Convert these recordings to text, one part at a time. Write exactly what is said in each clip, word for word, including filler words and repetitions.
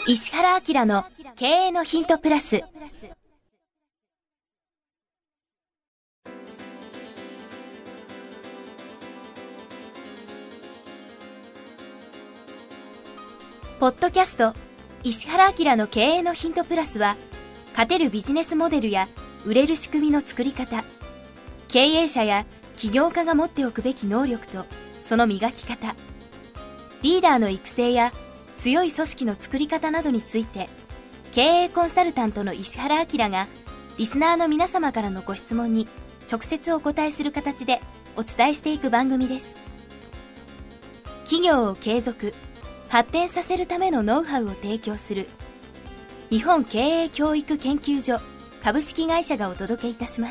石原明の経営のヒントプラス。ポッドキャスト石原明の経営のヒントプラスは、勝てるビジネスモデルや売れる仕組みの作り方、経営者や起業家が持っておくべき能力とその磨き方、リーダーの育成や強い組織の作り方などについて、経営コンサルタントの石原明がリスナーの皆様からのご質問に直接お答えする形でお伝えしていく番組です。企業を継続発展させるためのノウハウを提供する日本経営教育研究所株式会社がお届けいたします。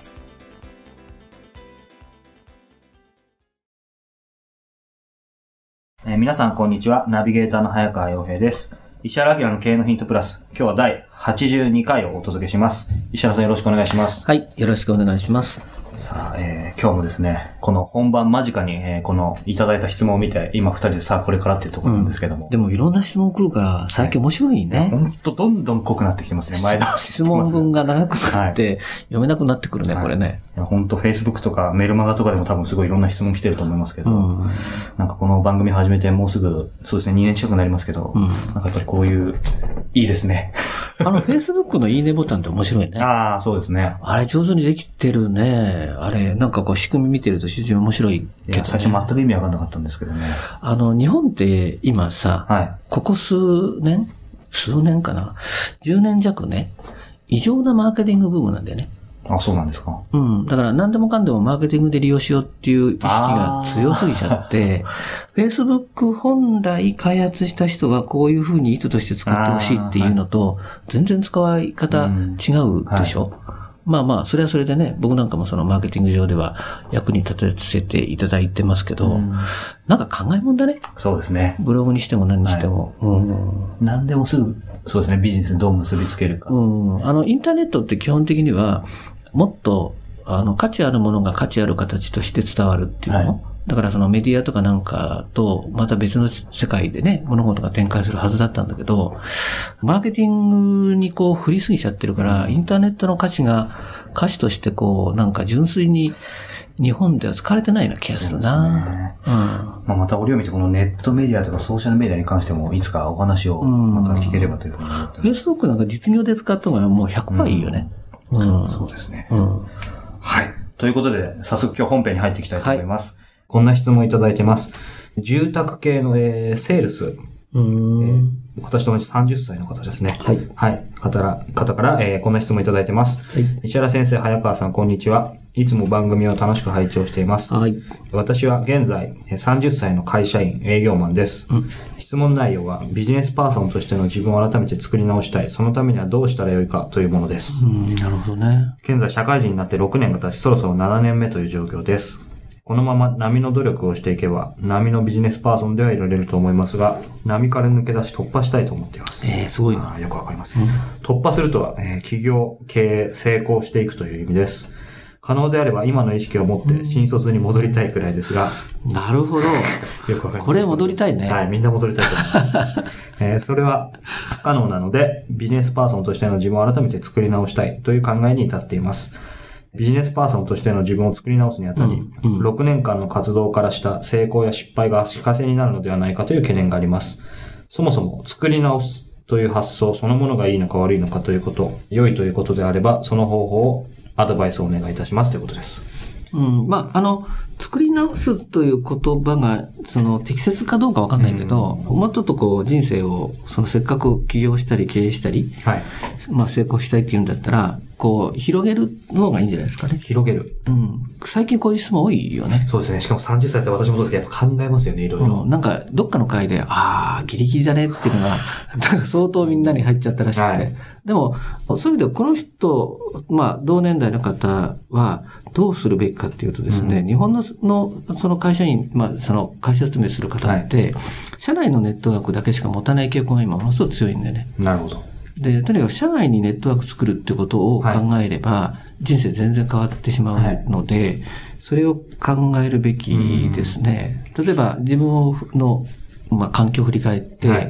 えー、皆さんこんにちは。ナビゲーターの早川洋平です。石原明の経営のヒントプラス、今日はだいはちじゅうにかいをお届けします。石原さんよろしくお願いします。 はい、よろしくお願いします。 さあ、えー、今日もですね、この本番間近に、えー、このいただいた質問を見て、今二人でさあこれからっていうところなんですけども。 うん、でもいろんな質問来るから、最近面白いね。 ほんとどんどん濃くなってきてますね、前だ。 質問文が長くなって、はい、読めなくなってくるね、はい、これね。 ほんと Facebook とかメルマガとかでも多分すごいいろんな質問来てると思いますけど、うん、なんかこの番組始めてもうすぐ、そうですね、にねん近くなりますけど、うん、なんかやっぱりこういう、いいですね。 あの Facebook のいいねボタンって面白いね。 ああ、そうですね。 あれ上手にできてるね。あれ、なんかこう仕組み見てると非常に面白いけど、ね。 いや、最初全く意味わかんなかったんですけどね。 あの、日本って今さ、はい、ここ数年数年かな ?じゅう 年弱ね、異常なマーケティングブームなんだよね。 あ、そうなんですか。 うん。だから何でもかんでもマーケティングで利用しようっていう意識が強すぎちゃって、Facebook 本来開発した人はこういう風に意図として使ってほしいっていうのと、全然使い方違うでしょ、うんはい、まあまあ、それはそれでね、僕なんかもそのマーケティング上では役に立てせていただいてますけど、うん、なんか考えもんだね。 そうですね。 ブログにしても何にしても。はいうん、 何でもすぐ、そうですね、ビジネスにどう結びつけるか。 うん。あの、インターネットって基本的には、もっと、あの、価値あるものが価値ある形として伝わるっていうの、はい、だからそのメディアとかなんかと、また別の世界でね、物事が展開するはずだったんだけど、マーケティングにこう振りすぎちゃってるから、インターネットの価値が、価値としてこう、なんか純粋に日本では使われてないような気がするな。 そうですね。うん。まあ、また折を見てこのネットメディアとかソーシャルメディアに関してもいつかお話をまた聞ければというふうに思ってます。 Facebook なんか実業で使った方がもう ひゃくパーセント いいよね。 うんうん、そうですね、うん。はい。ということで、早速今日本編に入っていきたいと思います。はい、こんな質問いただいてます。住宅系の、えー、セールス。うーんえー、私と同じさんじゅっさいの方ですね。はい。はい。方から、方から、えー、こんな質問いただいてます。はい。石原先生、早川さん、こんにちは。いつも番組を楽しく拝聴しています。はい。私は現在、さんじゅっさいの会社員、営業マンです。うん、質問内容は、ビジネスパーソンとしての自分を改めて作り直したい。そのためにはどうしたらよいかというものです。 うん、なるほどね。 現在、社会人になってろくねんが経ち、そろそろななねんめという状況です。このまま波の努力をしていけば、波のビジネスパーソンではいられると思いますが、波から抜け出し突破したいと思っています。 ええー、すごいな。 よくわかります、うん。突破するとは、えー、企業、経営、成功していくという意味です。可能であれば今の意識を持って新卒に戻りたいくらいですが。 うん、なるほど。 よくわかります。 これ戻りたいね。 はい、みんな戻りたいと思います。えー、それは不可能なので、ビジネスパーソンとしての自分を改めて作り直したいという考えに至っています。ビジネスパーソンとしての自分を作り直すにあたり、うんうん、ろくねんかんの活動からした成功や失敗が足かせになるのではないかという懸念があります。そもそも作り直すという発想そのものがいいのか悪いのかということ、良いということであれば、その方法をアドバイスをお願いいたしますということです。 うん、まあ、あの、作り直すという言葉が、その、適切かどうかわかんないけど、うん、もうちょっとこう、人生を、その、せっかく起業したり経営したり、はい。まあ、成功したいっていうんだったら、こう、広げる方がいいんじゃないですかね。 広げる。 うん。最近こういう質問多いよね。 そうですね。しかもさんじゅっさいって私もそうですけど、やっぱ考えますよね、いろいろ。 うん。なんか、どっかの回で、ああ、ギリギリだねっていうのが、なんか相当みんなに入っちゃったらしくて。はい、でも、そういう意味では、この人、まあ、同年代の方は、どうするべきかっていうとですね、うん、日本の、の、その会社員、まあ、その会社勤めする方って、はい、社内のネットワークだけしか持たない傾向が今ものすごく強いんだよね。 なるほど。 で、とにかく社外にネットワーク作るってことを考えれば、はい、人生全然変わってしまうので、はい、それを考えるべきですね。例えば自分の、まあ、環境を振り返って、はい、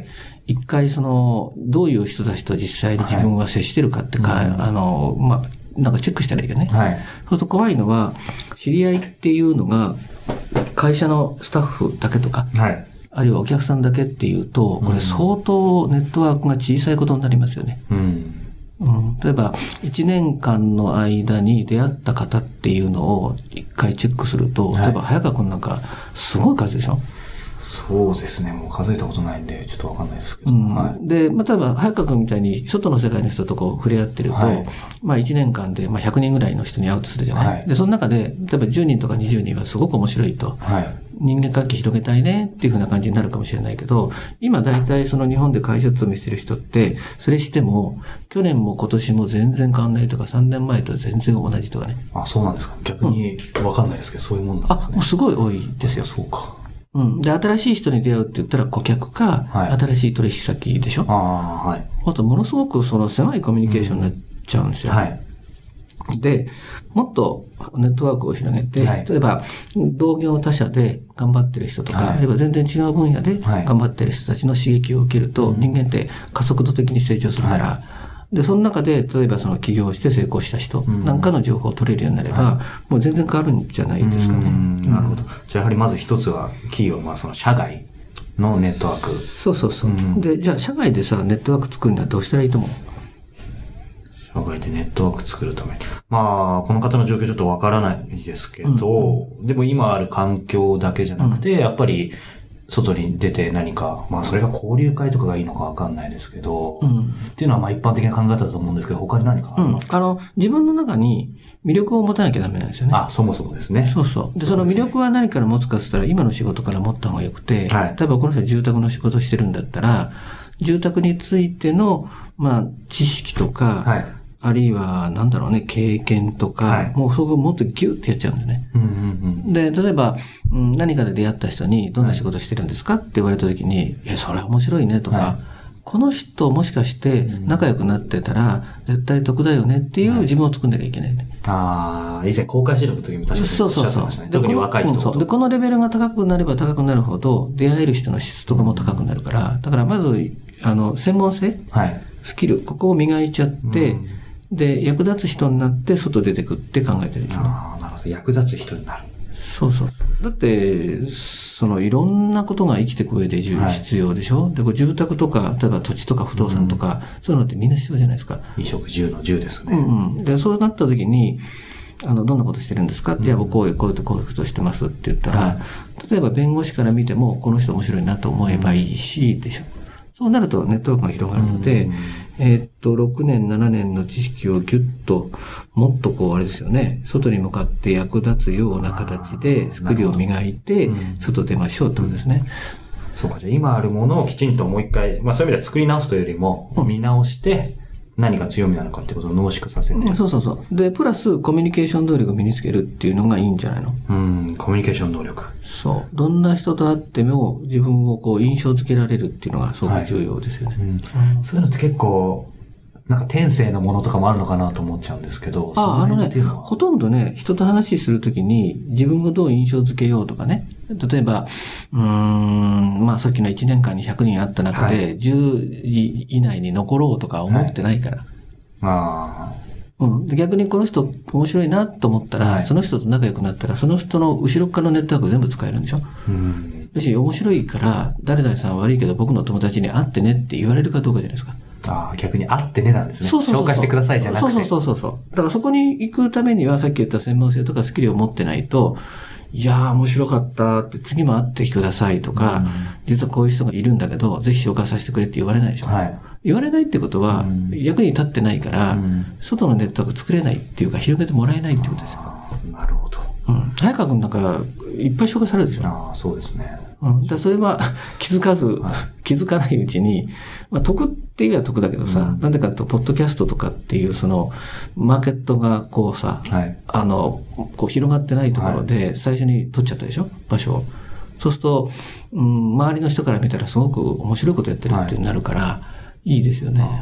一回その、どういう人たちと実際に自分が接してるかってか、はい、あの、まあ、なんかチェックしたらいいよね。はい。そうすると怖いのは、知り合いっていうのが、会社のスタッフだけとか、はい。あるいはお客さんだけっていうと、これ相当ネットワークが小さいことになりますよね。うん。うん、例えば、いちねんかんの間に出会った方っていうのを一回チェックすると、例えば早川くんなんかすごい数でしょ？ そうですね。もう数えたことないんで、ちょっとわかんないですけど。うん、 はい、で、まあ、例えば早川くんみたいに外の世界の人とこう触れ合ってると、はい、まあいちねんかんでまあひゃくにんぐらいの人に会うとするじゃない、はい、で、その中で、例えばじゅうにんとかにじゅうにんはすごく面白いと。はい、人間関係広げたいねっていう風な感じになるかもしれないけど、今大体その日本で会社勤めしてる人って、それしても、去年も今年も全然変わんないとか、さんねんまえと全然同じとかね。 あ、そうなんですか。逆にわかんないですけど、うん、そういうもんなんですね。 あ、もうすごい多いですよ。 そうか。 うん。で、新しい人に出会うって言ったら顧客か、はい、新しい取引先でしょ。ああ、はい。あと、ものすごくその狭いコミュニケーションになっちゃうんですよ。うん、はい。で、もっとネットワークを広げて、はい、例えば、同業他社で頑張ってる人とか、はい、あるいは全然違う分野で頑張ってる人たちの刺激を受けると、はい、人間って加速度的に成長するから、はい、で、その中で、例えばその起業して成功した人なんかの情報を取れるようになれば、はい、もう全然変わるんじゃないですかね。 なるほど。じゃあやはりまず一つは、企業、まあその社外のネットワーク。 そうそうそう。で、じゃあ社外でさ、ネットワーク作るにはどうしたらいいと思う？ 社外でネットワーク作るために。まあ、この方の状況ちょっとわからないですけど、うんうん、でも今ある環境だけじゃなくて、うん、やっぱり外に出て何か、まあそれが交流会とかがいいのかわかんないですけど、うん、っていうのはまあ一般的な考え方だと思うんですけど、他に何かありますか？ うん、あの、自分の中に魅力を持たなきゃダメなんですよね。 あ、そもそもですね。 そうそう。で、その魅力は何から持つかって言ったら、今の仕事から持った方がよくて、はい、例えばこの人は住宅の仕事してるんだったら、住宅についての、まあ、知識とか、はい、あるいは、なんだろうね、経験とか、はい、もうそこをもっとギュッてやっちゃうんですね。うんうんうん、で、例えば、うん、何かで出会った人に、どんな仕事してるんですかって言われたときに、いや、それは面白いねとか、はい、この人もしかして仲良くなってたら、絶対得だよねっていう自分を作んなきゃいけない、ね。 ああ、以前公開収録の時も確かにおっしゃってましたね。特に若い人と、うん、そう。 で、このレベルが高くなれば高くなるほど、出会える人の質とかも高くなるから、だからまず、あの、専門性、はい、スキル、ここを磨いちゃって、うんで、役立つ人になって外出てくって考えてるんですね。 ああ、なるほど。役立つ人になる。 そうそう。だって、そのいろんなことが生きていく上で重要、はい、必要でしょ。で、こう住宅とか、例えば土地とか不動産とか、うん、そういうのってみんな必要じゃないですか。 衣食住の住ですね。 うんうん。で、そうなった時に、あの、どんなことしてるんですかって、いや、僕こういう、こういうこういうことしてますって言ったら、はい、例えば弁護士から見ても、この人面白いなと思えばいいし、でしょ。そうなるとネットワークが広がるので、うんえー、っと、ろくねん、ななねんの知識をギュッと、もっとこう、あれですよね、外に向かって役立つような形で、スキルを磨いて、外出ましょうってことですね。 うん、そうか、じゃあ今あるものをきちんともう一回、まあそういう意味では作り直すというよりも、見直して、何が強みなのかってことを濃縮させて、うん。 そうそうそう。で、プラスコミュニケーション能力を身につけるっていうのがいいんじゃないの？ うん、コミュニケーション能力。 そう。どんな人と会っても自分をこう印象付けられるっていうのがすごく重要ですよね。はいうんうん、そういうのって結構、なんか天性のものとかもあるのかなと思っちゃうんですけど。 ああ、あのね、ほとんどね、人と話するときに自分をどう印象付けようとかね。例えば、うーん、まあさっきのいちねんかんにひゃくにん会った中でじゅうい以内に残ろうとか思ってないから。はい、ああ。うん。で逆にこの人面白いなと思ったら、はい、その人と仲良くなったら、その人の後ろ側のネットワーク全部使えるんでしょ。うん。よし、面白いから、誰々さん悪いけど僕の友達に会ってねって言われるかどうかじゃないですか。 ああ、逆に会ってねなんですね。そうそうそうそう。紹介してくださいじゃなくて。 そうそうそうそう。だからそこに行くためには、さっき言った専門性とかスキルを持ってないと、いやー面白かったって、次も会ってくださいとか、うん、実はこういう人がいるんだけど、ぜひ紹介させてくれって言われないでしょ。はい。言われないってことは、うん、役に立ってないから、うん、外のネットワーク作れないっていうか、広げてもらえないってことですよ。 なるほど。 うん。早川くんなんか、いっぱい紹介されるでしょ。 ああ、そうですね。 うん。だそれは気づかず、はい、気づかないうちに、まあ、得って言えば得だけどさ、うん、なんでかと、ポッドキャストとかっていう、その、マーケットがこうさ、はい、あの、こう広がってないところで、最初に取っちゃったでしょ、場所を。そうすると、うん、周りの人から見たらすごく面白いことやってるってなるから、はい、いいですよね。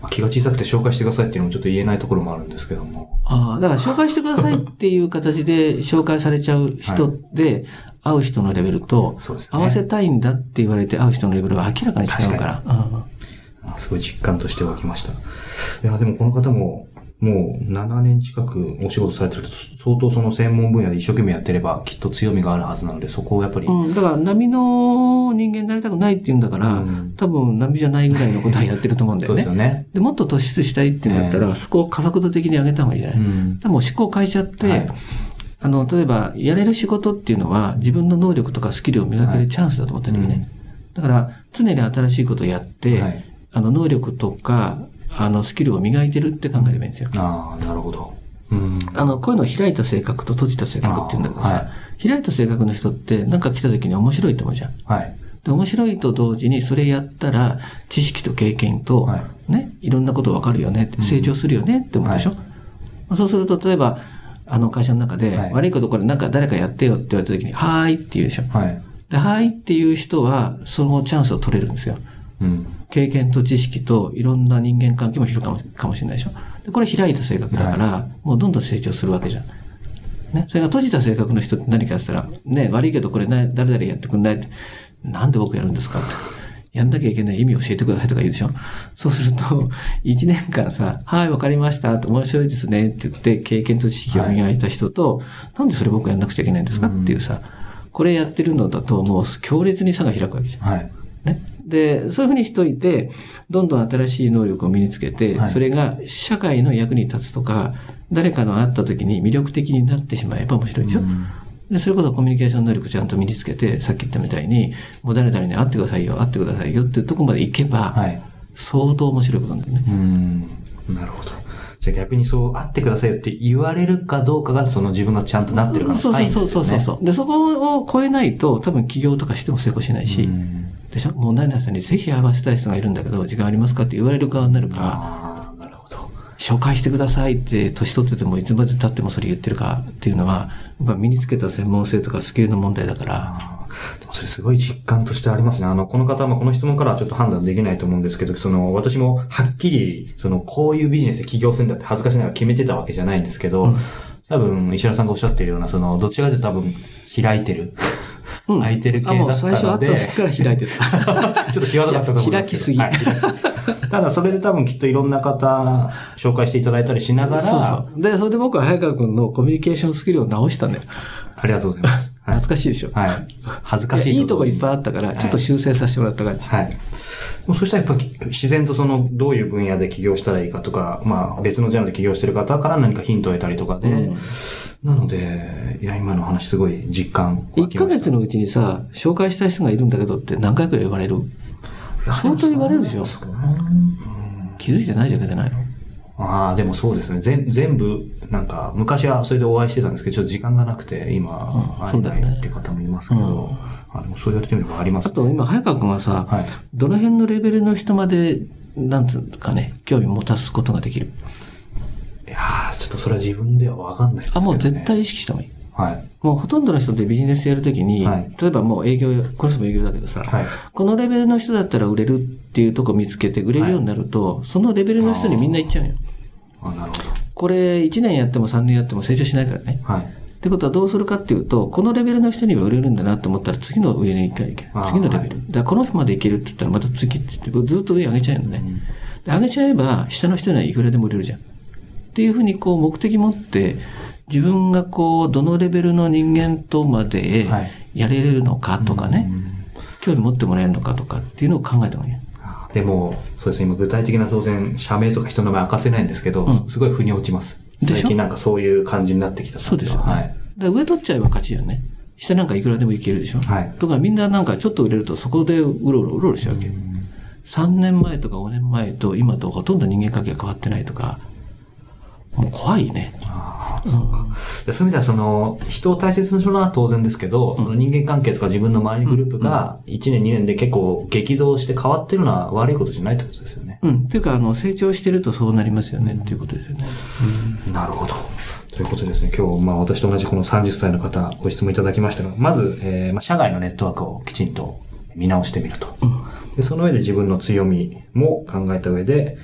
気が小さくて紹介してくださいっていうのもちょっと言えないところもあるんですけども。 ああ、だから紹介してくださいっていう形で紹介されちゃう人で、会う人のレベルと、そうですね、合わせたいんだって言われて会う人のレベルは明らかに違うから。 うん、すごい実感として湧きました。いや、でもこの方も、もうななねん近くお仕事されてると、相当その専門分野で一生懸命やってればきっと強みがあるはずなので、そこをやっぱり。 うん、だから波の人間になりたくないって言うんだから、うん、多分波じゃないぐらいのことはやってると思うんだよね。そうですよね。で、もっと突出したいって言うんだったら、えー、そこを加速度的に上げた方がいいじゃない。うん、でも思考を変えちゃって、はい、あの、例えば、やれる仕事っていうのは、自分の能力とかスキルを磨けるチャンスだと思ってるよね。はい、うん、だから、常に新しいことをやって、はい、あの、能力とか、あの、スキルを磨いてるって考えればいいんですよ。 ああ、なるほど。うん、 あの、こういうのを開いた性格と閉じた性格って言うんだけどさ、はい、開いた性格の人って何か来た時に面白いと思うじゃん。はい。で、面白いと同時にそれやったら知識と経験と、はい、ね、いろんなこと分かるよね、成長するよねって思うでしょ。うん、そうすると、例えば、あの会社の中で、はい、悪いことこれなんか誰かやってよって言われた時に、はーいって言うでしょ。はい。で、はーいっていう人は、そのチャンスを取れるんですよ。うん、経験と知識といろんな人間関係も広かもかもしれないでしょ。でこれ開いた性格だから、はい、もうどんどん成長するわけじゃん。ね。それが閉じた性格の人って何かって言ったら、ね、悪いけどこれ誰々やってくんないって、なんで僕やるんですかって。やんなきゃいけない意味教えてくださいとか言うでしょ。そうすると、一年間さ、はい、わかりましたって、面白いですねって言って、経験と知識を磨いた人と、はい、なんでそれ僕やんなくちゃいけないんですかっていうさ、これやってるのだともう強烈に差が開くわけじゃん。はい。ね。で、そういうふうにしといて、どんどん新しい能力を身につけて、はい、それが社会の役に立つとか、誰かの会った時に魅力的になってしまえば面白いでしょ。うん、で、それこそコミュニケーション能力ちゃんと身につけて、さっき言ったみたいに、もう誰々に会ってくださいよ、会ってくださいよっていうところまで行けば、はい、相当面白いことなんだよね。 うん。なるほど。じゃあ逆にそう、会ってくださいよって言われるかどうかが、その自分がちゃんとなってるかのサインですよね。そうそうそうそう。で、そこを超えないと、多分起業とかしても成功しないし、うんでしょ。もう何々さんにぜひ会わせたい人がいるんだけど、時間ありますかって言われる側になるから、ああ、なるほど。紹介してくださいって、年取っててもいつまで経ってもそれ言ってるかっていうのは、やっぱ身につけた専門性とかスキルの問題だから。でもそれすごい実感としてありますね。あの、この方はこの質問からはちょっと判断できないと思うんですけど、その、私もはっきり、その、こういうビジネスで起業するんだって恥ずかしながら決めてたわけじゃないんですけど、うん、多分、石原さんがおっしゃっているような、その、どちらかというと多分、開いてる。うん、開いてる系だったので。あ、もう最初会った時から開いてた。 ちょっと際どかったと思うんですけど。 開きすぎ。はい、 ただそれで多分きっといろんな方紹介していただいたりしながら。そうそう。で、それで僕は早川くんのコミュニケーションスキルを直したんだよ。 ありがとうございます。 はい、懐かしいでしょ。 はい。恥ずかしいと。 いいとこいっぱいあったから、ちょっと修正させてもらった感じ。 はい。はい、そしたらやっぱり自然とそのどういう分野で起業したらいいかとか、まあ別のジャンルで起業してる方から何かヒントを得たりとかで、うん、なので、いや、今の話すごい実感。 いっかげつのうちにさ、紹介したい人がいるんだけどって何回くらい言われる？相当言われるでしょ。気づいてないだけじゃないの？ ああ、でもそうですね。全、全部、なんか、昔はそれでお会いしてたんですけど、ちょっと時間がなくて、今、会えないって方もいますけど、うん、あでもそう言われてみればありますね。 あと、今、早川くんはさ、はい、どの辺のレベルの人まで、なんつうかね、興味持たすことができる？ いやー、ちょっとそれは自分ではわかんないですけどね。 あ、もう絶対意識した方がいい。 はい。 もうほとんどの人でビジネスやるときに、はい、例えばもう営業、この人も営業だけどさ、はい、このレベルの人だったら売れるっていうとこ見つけて売れるようになると、はい、そのレベルの人にみんな行っちゃうよ。 あ、なるほど。 これいちねんやってもさんねんやっても成長しないからね。はい。ってことはどうするかっていうと、このレベルの人には売れるんだなと思ったら次の上に行かなきゃいけない。次のレベル。はい、だからこの人までいけるって言ったらまた次って言ってずっと上上げちゃうのね。うん、で上げちゃえば下の人にはいくらでも売れるじゃん。っていうふうにこう目的持って自分がこうどのレベルの人間とまでやれるのかとかね、はい、うん、興味持ってもらえるのかとかっていうのを考えた方がいい。 でも、そうですね、今具体的な当然、社名とか人の名前明かせないんですけど、うん、すごい腑に落ちます。最近なんかそういう感じになってきた。 そうですよね。はい。だから上取っちゃえば勝ちよね。下なんかいくらでもいけるでしょ。はい。とかみんななんかちょっと売れるとそこでうろうろうろうろしちゃうわけ。さんねんまえとかごねんまえと今とほとんど人間関係が変わってないとか、もう怖いね。 ああ、そうか。うん、そういう意味ではその、人を大切にするのは当然ですけど、うん、その人間関係とか自分の周りのグループがいちねんにねんで結構激増して変わってるのは悪いことじゃないってことですよね。 うん。っていうか、あの、成長してるとそうなりますよね、うん、っていうことですよね。 うん、なるほど。ということですね。今日、まあ私と同じこのさんじゅっさいの方、ご質問いただきましたが、まず、えー、まあ社外のネットワークをきちんと見直してみると。うん、でその上で自分の強みも考えた上で、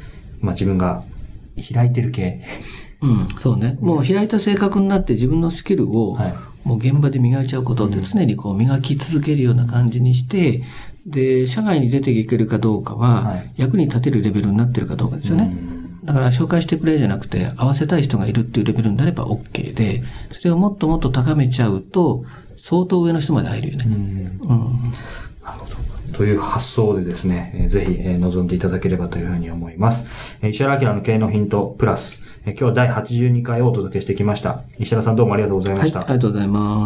まあ自分が開いてる系。 うん、そうね。もう開いた性格になって自分のスキルを、はい、もう現場で磨いちゃうことって常にこう磨き続けるような感じにして、うん、で、社外に出ていけるかどうかは、役に立てるレベルになってるかどうかですよね。うん、だから紹介してくれじゃなくて、合わせたい人がいるっていうレベルになれば OK で、それをもっともっと高めちゃうと、相当上の人まで入るよね。うん。うん、 なるほど。という発想でですね、えー、ぜひ、えー、望んでいただければというふうに思います。えー、石原明の経営のヒントプラス、えー、今日はだいはちじゅうにかいをお届けしてきました。石原さんどうもありがとうございました。 はい、ありがとうございます。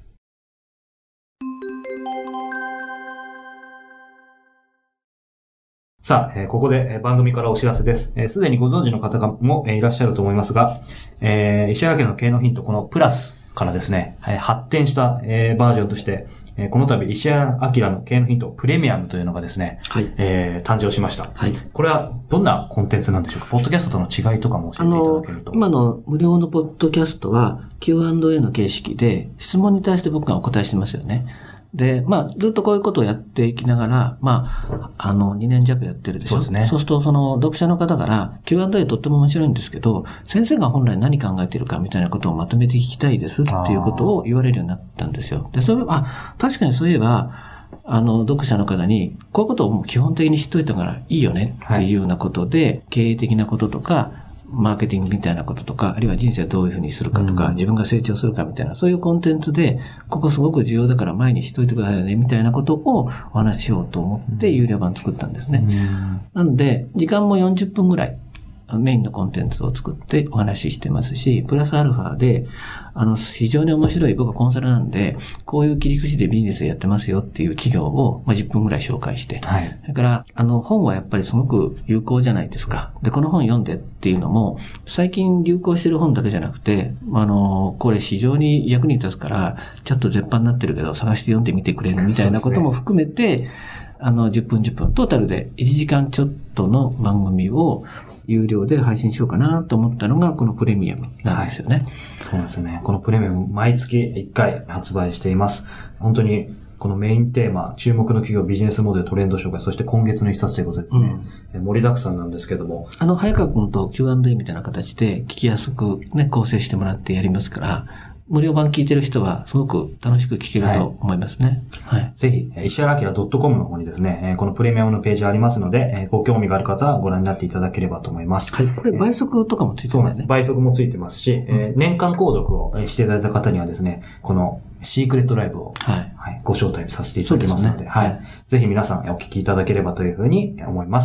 さあ、えー、ここで、えー、番組からお知らせです。す、えー、で、にご存知の方も、えー、いらっしゃると思いますが、えー、石原明の経営のヒント、このプラスからですね、えー、発展した、えー、バージョンとして、えー、この度、石原明の経営のヒントプレミアムというのがですね、はい、えー、誕生しました。はい。これはどんなコンテンツなんでしょうか？ポッドキャストとの違いとかも教えていただけると。 今の無料のポッドキャストは キューアンドエー の形式で質問に対して僕がお答えしてますよね。で、まあ、ずっとこういうことをやっていきながら、まあ、あの、にねん弱やってるでしょ。 そうですね。 そうすると、その、読者の方から、キューアンドエー とっても面白いんですけど、先生が本来何考えているかみたいなことをまとめて聞きたいですっていうことを言われるようになったんですよ。で、それは、あ、確かにそういえば、あの、読者の方に、こういうことをもう基本的に知っといたからいいよねっていうようなことで、はい、経営的なこととか、マーケティングみたいなこととか、あるいは人生をどういうふうにするかとか、うん、自分が成長するかみたいな、そういうコンテンツで、ここすごく重要だから前にしといてくださいよね、みたいなことをお話ししようと思って有料版作ったんですね。うん、なので、時間もよんじゅっぷんぐらい、メインのコンテンツを作ってお話ししてますし、プラスアルファで、あの、非常に面白い、僕はコンサルなんで、こういう切り口でビジネスやってますよっていう企業を、まあ、じゅっぷんぐらい紹介して、はい。それから、あの、本はやっぱりすごく有効じゃないですか。で、この本読んでっていうのも、最近流行してる本だけじゃなくて、あの、これ非常に役に立つから、ちょっと絶版になってるけど、探して読んでみてくれるみたいなことも含めて、あの、じゅっぷんじゅっぷん、トータルでいちじかんちょっとの番組を、有料で配信しようかなと思ったのがこのプレミアムなんですよね。はい、 そうですね。このプレミアム毎月いっかい発売しています。本当にこのメインテーマ、注目の企業ビジネスモデルトレンド紹介、そして今月の一冊ということですね。うん、盛りだくさんなんですけども。 あの、早川君と キューアンドエー みたいな形で聞きやすくね、構成してもらってやりますから、無料版聞いてる人はすごく楽しく聞けると思いますね。はい。はい、 ぜひ、石原明 .com の方にですね、このプレミアムのページありますので、ご興味がある方はご覧になっていただければと思います。 はい。これ倍速とかもついてますね。そうなんです。 倍速もついてますし、うん、年間購読をしていただいた方にはですね、このシークレットライブを、はいはい、ご招待させていただきますので、でね、はい。ぜひ皆さんお聞きいただければというふうに思います。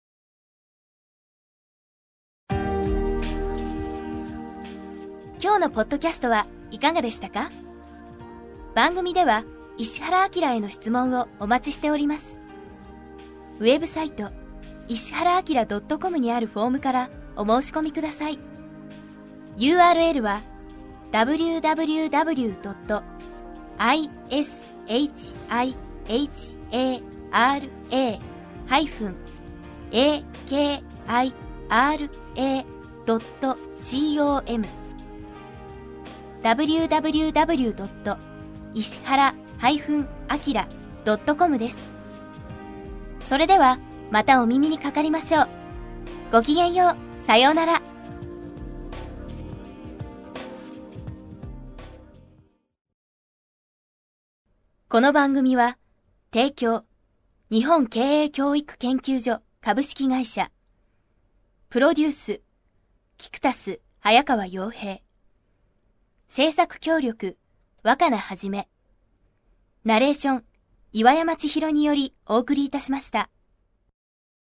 今日のポッドキャストはいかがでしたか？番組では石原明への質問をお待ちしております。ウェブサイト石原明 .com にあるフォームからお申し込みください。ユーアールエル は ダブリューダブリューダブリュードットアイエスエイチアイエイチエーアールエー ハイフン エーケーアイアールエー ドット コムダブリューダブリューダブリュードット石原アキラドットコム です。それではまたお耳にかかりましょう。ごきげんよう。さようなら。この番組は提供日本経営教育研究所株式会社プロデュースキクタス早川洋平制作協力若菜はじめナレーション岩山千尋によりお送りいたしました。